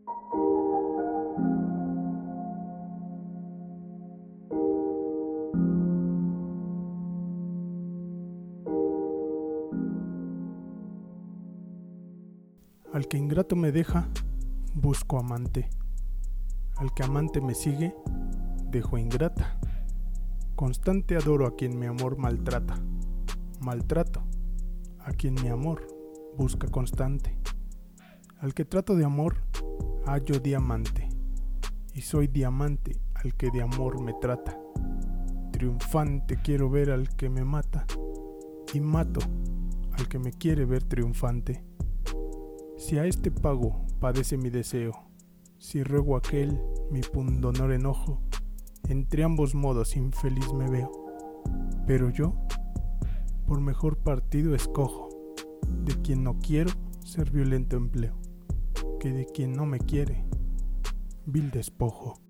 Al que ingrato me deja, busco amante. Al que amante me sigue, dejo ingrata. Constante adoro a quien mi amor maltrata. Maltrato a quien mi amor busca constante. Al que trato de amor, hallo diamante. Y soy diamante al que de amor me trata. Triunfante quiero ver al que me mata. Y mato al que me quiere ver triunfante. Si a este pago padece mi deseo, si ruego a aquel mi pundonor enojo, entre ambos modos infeliz me veo. Pero yo, por mejor partido escojo, de quien no quiero ser violento empleo, que de quien no me quiere, vil despojo.